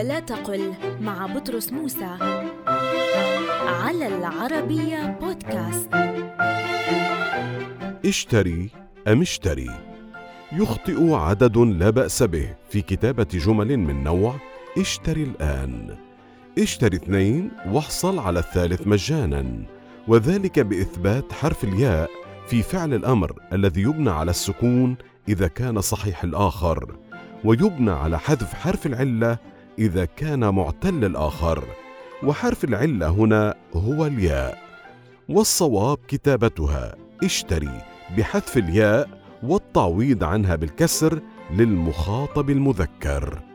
ولا تقل مع بطرس موسى على العربية بودكاست. اشتري أم اشتري؟ يخطئ عدد لا بأس به في كتابة جمل من نوع اشتري الآن، اشتري 2 واحصل على الثالث مجانا، وذلك بإثبات حرف الياء في فعل الأمر الذي يبنى على السكون إذا كان صحيح الآخر، ويبنى على حذف حرف العلة إذا كان معتل الآخر، وحرف العلة هنا هو الياء. والصواب كتابتها اشتري بحذف الياء والتعويض عنها بالكسر للمخاطب المذكر.